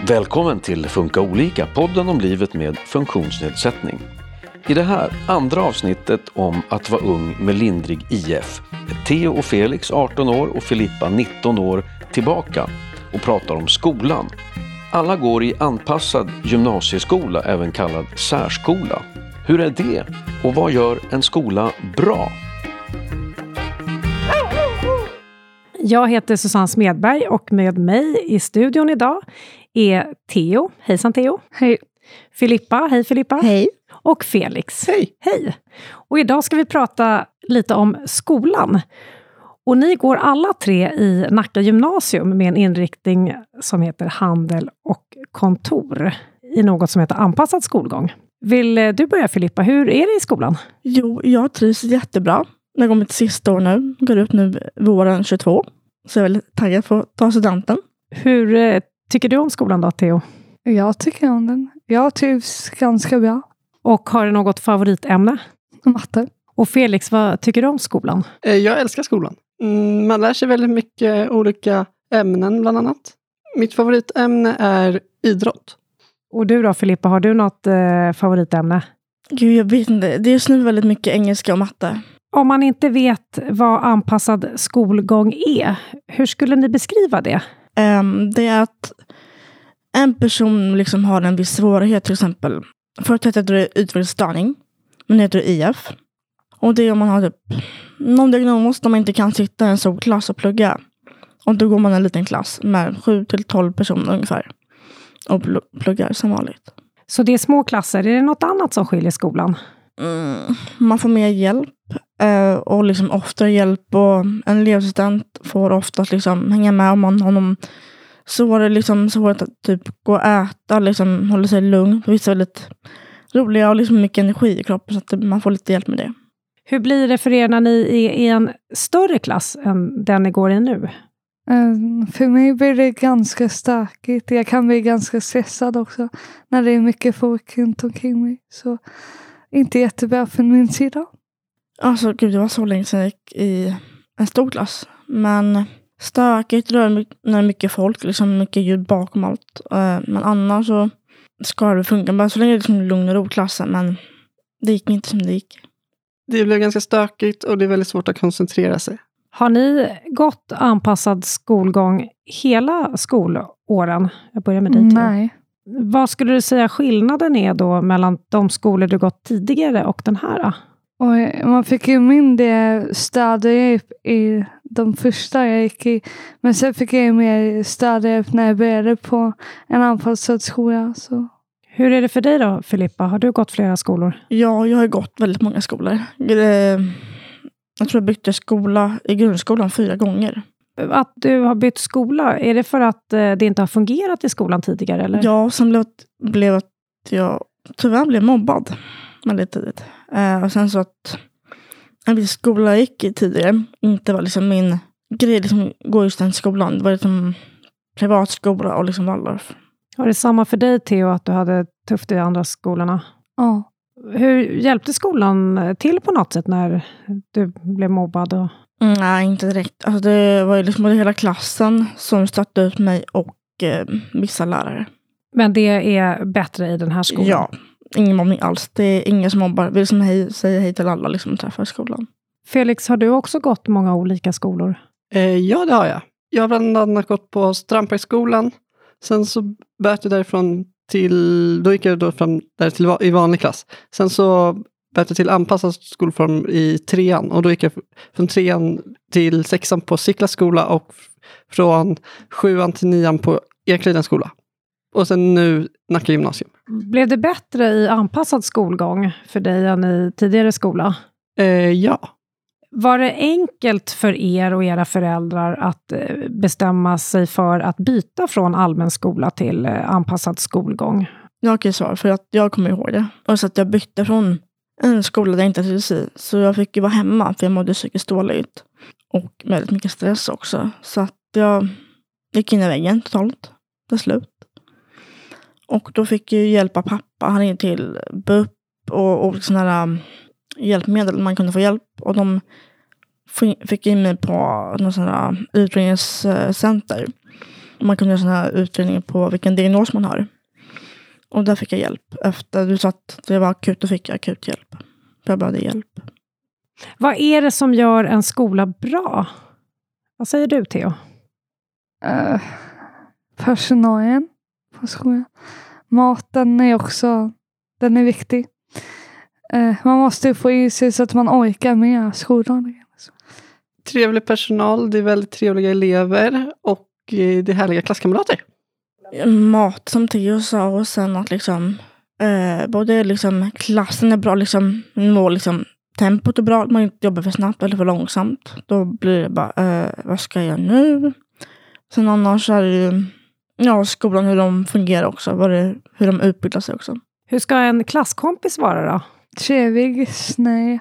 Välkommen till Funka olika, podden om livet med funktionsnedsättning. I det här andra avsnittet om att vara ung med lindrig IF är Theo och Felix 18 år och Filippa 19 år tillbaka och pratar om skolan. Alla går i anpassad gymnasieskola, även kallad särskola. Hur är det? Och vad gör en skola bra? Jag heter Susanne Smedberg och med mig i studion idag är Theo. Hejsan Theo. Hej. Filippa. Hej Filippa. Hej. Och Felix. Hej. Hej. Och idag ska vi prata lite om skolan. Och ni går alla tre i Nacka gymnasium med en inriktning som heter handel och kontor i något som heter anpassad skolgång. Vill du börja Filippa? Hur är det i skolan? Jo, jag trivs jättebra. Jag går mitt sista år nu. Går ut nu våren 22. Så jag är väldigt taggad för att ta studenten. Hur tycker du om skolan då, Theo? Jag tycker om den. Jag trivs ganska bra. Och har du något favoritämne? Matte. Och Felix, vad tycker du om skolan? Jag älskar skolan. Man lär sig väldigt mycket olika ämnen bland annat. Mitt favoritämne är idrott. Och du då Filippa, har du något favoritämne? Gud, jag vet inte. Det är just nu väldigt mycket engelska och matte. Om man inte vet vad anpassad skolgång är, hur skulle ni beskriva det? Det är att en person liksom har en viss svårighet, till exempel. Förut heter det utvecklingsstörning, men det heter IF. Och det är om man har typ någon diagnos där man inte kan sitta i en stor klass och plugga. Och då går man en liten klass med 7-12 personer ungefär. Och pluggar som vanligt. Så det är små klasser. Är det något annat som skiljer skolan? Man får mer hjälp. Och liksom oftare hjälp. Och en elevsystent får oftast liksom hänga med om man har någon svårt att typ gå och äta. Liksom hålla sig lugn. Vissa är väldigt roliga och liksom mycket energi i kroppen. Så att man får lite hjälp med det. Hur blir det för er när ni är i en större klass än den ni går i nu? För mig blir det ganska stökigt. Jag kan bli ganska stressad också när det är mycket folk runt omkring mig. Så inte jättebra från min sida. Alltså gud, det var så länge sedan jag gick i en stor klass. Men stökigt, när det är mycket folk, liksom mycket ljud bakom allt. Men annars så ska det funka. Bara så länge det är liksom lugn och ro klassen. Men det gick inte som det gick. Det blev ganska stökigt och det är väldigt svårt att koncentrera sig. Har ni gått anpassad skolgång hela skolåren? Jag börjar med dig Theo. Nej. Vad skulle du säga skillnaden är då mellan de skolor du gått tidigare och den här? Och man fick ju mindre stödhjälp i de första jag gick i. Men sen fick jag mer stödhjälp när jag började på en anpassad skola. Så. Hur är det för dig då, Filippa? Har du gått flera skolor? Ja, jag har gått väldigt många skolor. Jag tror jag bytte skola i grundskolan 4 gånger. Att du har bytt skola, är det för att det inte har fungerat i skolan tidigare? Eller? Ja, sen blev att jag tyvärr blev mobbad väldigt tidigt. Och sen så att en viss skola jag gick i tidigare inte var liksom min grej liksom gå just den skolan. Det var liksom privatskola och liksom Waldorf. Var det samma för dig Theo att du hade tufft i andra skolorna? Ja. Hur hjälpte skolan till på något sätt när du blev mobbad? Nej, inte direkt. Alltså det var ju liksom hela klassen som stötte ut mig och vissa lärare. Men det är bättre i den här skolan? Ja, ingen mobbning alls. Det är ingen som mobbar. Vi som säger hej till alla liksom träffar i skolan. Felix, har du också gått många olika skolor? Ja, det har jag. Jag har bland annat gått på Strandbergsskolan. Sen så bytte jag därifrån då gick jag då fram där till i vanlig klass. Sen så bytte jag till anpassad skolform i 3:an. Och då gick jag från 3:an till 6:an på Sickla skola och från 7:an till 9:an på Eklidens skola. Och sen nu Nacka gymnasium. Blev det bättre i anpassad skolgång för dig än i tidigare skola? Ja. Var det enkelt för er och era föräldrar att bestämma sig för att byta från allmän skola till anpassad skolgång? Jag kan ju svara för att jag kommer ihåg det. Och så att jag bytte från en skola där jag inte trivdes i. Så jag fick ju vara hemma för jag mådde psykiskt dåligt. Och väldigt mycket stress också. Så att jag gick in i väggen totalt. Till slut. Och då fick jag hjälpa pappa. Han ringde till BUP och sådana här hjälpmedel man kunde få hjälp. Och de fick in mig på någon sån här utredningscenter. Man kunde göra sådana här utredningar på vilken diagnos man har. Och där fick jag hjälp. Efter du sa att det var akut, då fick jag akut hjälp. Jag behövde hjälp. Vad är det som gör en skola bra? Vad säger du, Theo? Personalen på skolan. Maten är också, den är viktig. Man måste ju få i sig så att man orkar med skolan. Trevlig personal, det är väldigt trevliga elever och det är härliga klasskamrater. Mat som Theo sa, och sen att liksom både liksom klassen är bra, liksom tempot är bra, att man inte jobbar för snabbt eller för långsamt. Då blir det bara, vad ska jag göra nu? Sen annars är det ju skolan, hur de fungerar också, hur de utbildar sig också. Hur ska en klasskompis vara då? Trevlig, snäll,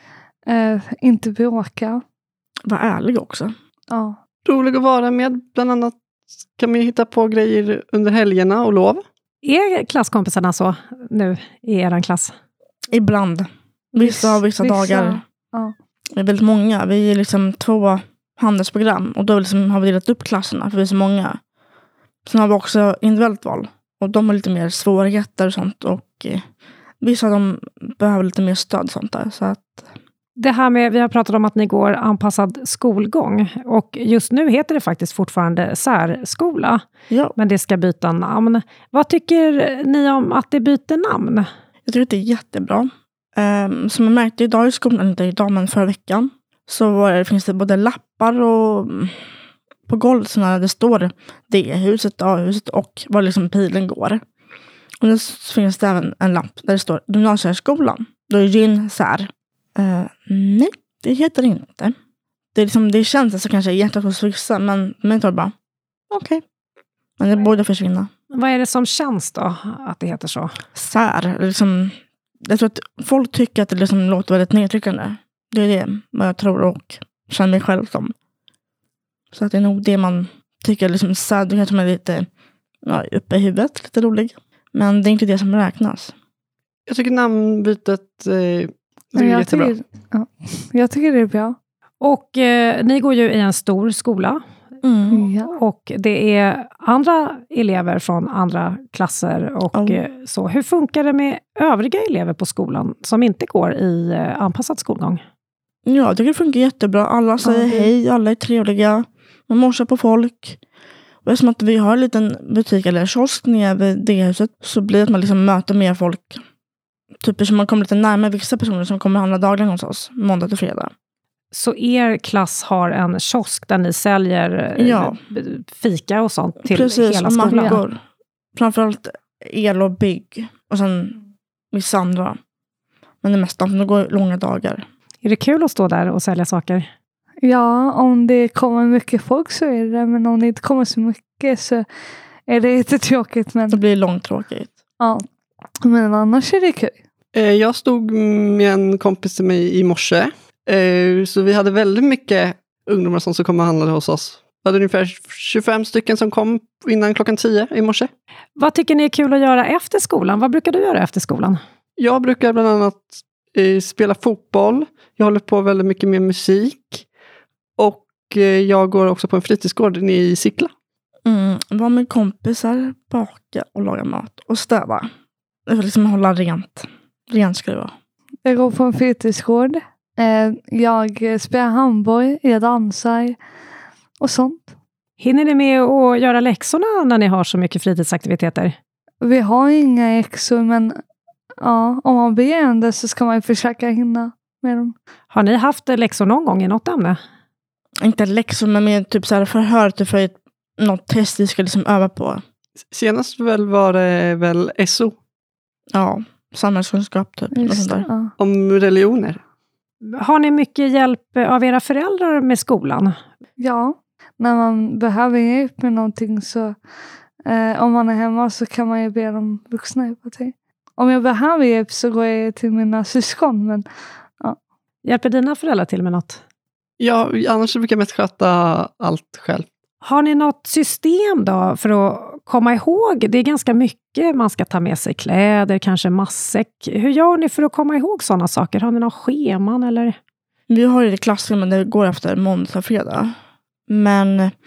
inte bråka. Var ärlig också. Ja. Rolig att vara med, bland annat kan man ju hitta på grejer under helgerna och lov. Är klasskompisarna så nu i er klass? Ibland. Vissa dagar. Ja. Det är väldigt många. Vi är liksom 2 handelsprogram. Och då har vi delat upp klasserna, för vi är så många. Sen har vi också individuellt val. Och de har lite mer svårigheter och sånt. Och vissa de behöver lite mer stöd och sånt där. Så att... Det här med, vi har pratat om att ni går anpassad skolgång. Och just nu heter det faktiskt fortfarande särskola. Ja. Men det ska byta namn. Vad tycker ni om att det byter namn? Jag tycker att det är jättebra. Som jag märkte idag i skolan, inte idag men förra veckan, så finns det både lappar och på golvet där det står D-huset, A-huset och var liksom pilen går. Och då finns det även en lapp där det står gymnasieskolan. Då är Gyn sär. Nej, det heter det inte. Det känns så kanske hjärtat hos vissa, men jag tar bara okej. Men det borde försvinna. Vad är det som känns då att det heter så? Sär, liksom, jag tror att folk tycker att det liksom låter väldigt nedtryckande. Det är det vad jag tror och känner mig själv som. Så att det är nog det man tycker liksom sär, det kanske man är lite uppe i huvudet, lite rolig. Men det är inte det som räknas. Jag tycker namnbytet är jättebra. Jag tycker det är bra. Och ni går ju i en stor skola. Mm. Och det är andra elever från andra klasser och så. Hur funkar det med övriga elever på skolan som inte går i anpassad skolgång? Ja, jag tycker det funkar jättebra. Alla säger hej, alla är trevliga. Man morsar på folk. Och eftersom att vi har en liten butik eller kiosk nere vid det huset, så blir det att man liksom möter mer folk. Typ som man kommer lite närmare vissa personer som kommer handla dagligen hos oss, måndag till fredag. Så er klass har en kiosk där ni säljer fika och sånt till hela skolan? Precis, framförallt el och bygg. Och sen vissa andra. Men det mesta, de går långa dagar. Är det kul att stå där och sälja saker? Ja, om det kommer mycket folk så är det. Men om det inte kommer så mycket så är det lite tråkigt. Men... Det blir långtråkigt. Ja, men annars är det kul. Jag stod med en kompis till mig i morse. Så vi hade väldigt mycket ungdomar som kom och handlade hos oss. Vi hade ungefär 25 stycken som kom innan klockan 10 i morse. Vad tycker ni är kul att göra efter skolan? Vad brukar du göra efter skolan? Jag brukar bland annat spela fotboll. Jag håller på väldigt mycket med musik. Och jag går också på en fritidsgård i Sickla. Var med kompisar, baka och laga mat och städa. Jag vill liksom hålla rent ska det vara. Jag går på en fritidsgård. Jag spelar handboll, jag dansar och sånt. Hinner ni med att göra läxorna när ni har så mycket fritidsaktiviteter? Vi har inga läxor, men ja, om man ber det så ska man ju försöka hinna med dem. Har ni haft läxor någon gång i något ämne? Inte läxor, men med typ så här förhör för något test vi ska liksom öva på. Senast var det väl SO? Ja, samhällskunskap typ. Just det, ja. Om religioner. Har ni mycket hjälp av era föräldrar med skolan? Ja, när man behöver hjälp med någonting så om man är hemma så kan man ju be de vuxna hjälpa till. Om jag behöver hjälp så går jag till mina syskon. Men, ja. Hjälper dina föräldrar till med något? Ja, annars brukar jag mest sköta allt själv. Har ni något system då för att komma ihåg? Det är ganska mycket. Man ska ta med sig kläder, kanske matsäck. Hur gör ni för att komma ihåg sådana saker? Har ni några scheman eller? Vi har ju det klassrummet där vi går efter måndag och fredag. Men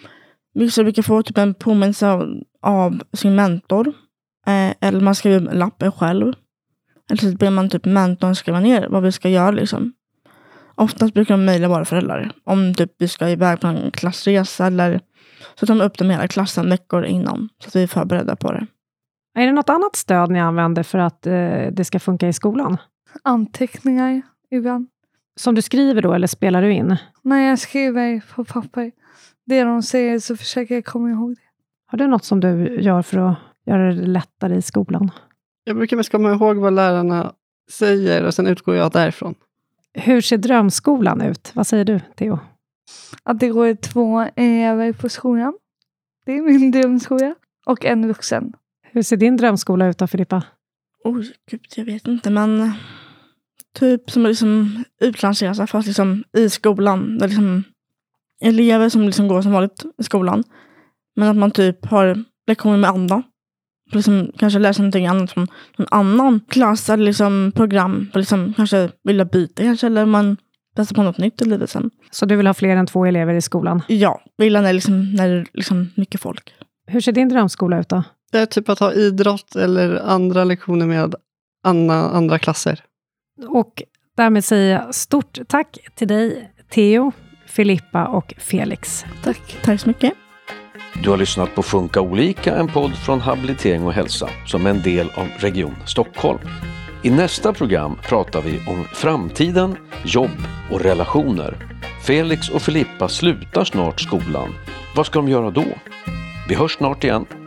Vissa brukar få typ en påminnelse av sin mentor. Eller man skriver lappen själv. Eller så ber man typ mentorn skriva ner vad vi ska göra liksom. Oftast brukar de mejla våra föräldrar. Om typ vi ska iväg på en klassresa eller så tar de upp dem hela klassen veckor innan. Så att vi är förberedda på det. Är det något annat stöd ni använder för att det ska funka i skolan? Anteckningar ibland. Som du skriver då eller spelar du in? När jag skriver på papper. Det de säger så försöker jag komma ihåg det. Har du något som du gör för att göra det lättare i skolan? Jag brukar mest komma ihåg vad lärarna säger och sen utgår jag därifrån. Hur ser drömskolan ut? Vad säger du, Theo? Att det går 2 elever på skolan. Det är min drömskola. Och en vuxen. Hur ser din drömskola ut då, Filippa? Oj, gud, jag vet inte, men typ som liksom utlandsresa fast liksom i skolan. Där liksom elever som liksom går som vanligt i skolan. Men att man typ har lektioner med andra. Liksom kanske läsa någonting annat från någon annan klass eller liksom program. Och liksom kanske vilja byta kanske, eller man testar på något nytt i livet sen. Så du vill ha fler än 2 elever i skolan? Ja, vilja när det är liksom mycket folk. Hur ser din drömskola ut då? Det är typ att ha idrott eller andra lektioner med andra klasser. Och därmed säger jag stort tack till dig, Theo, Filippa och Felix. Tack. Tack så mycket. Du har lyssnat på Funka olika, en podd från Habilitering och hälsa som är en del av Region Stockholm. I nästa program pratar vi om framtiden, jobb och relationer. Felix och Filippa slutar snart skolan. Vad ska de göra då? Vi hörs snart igen.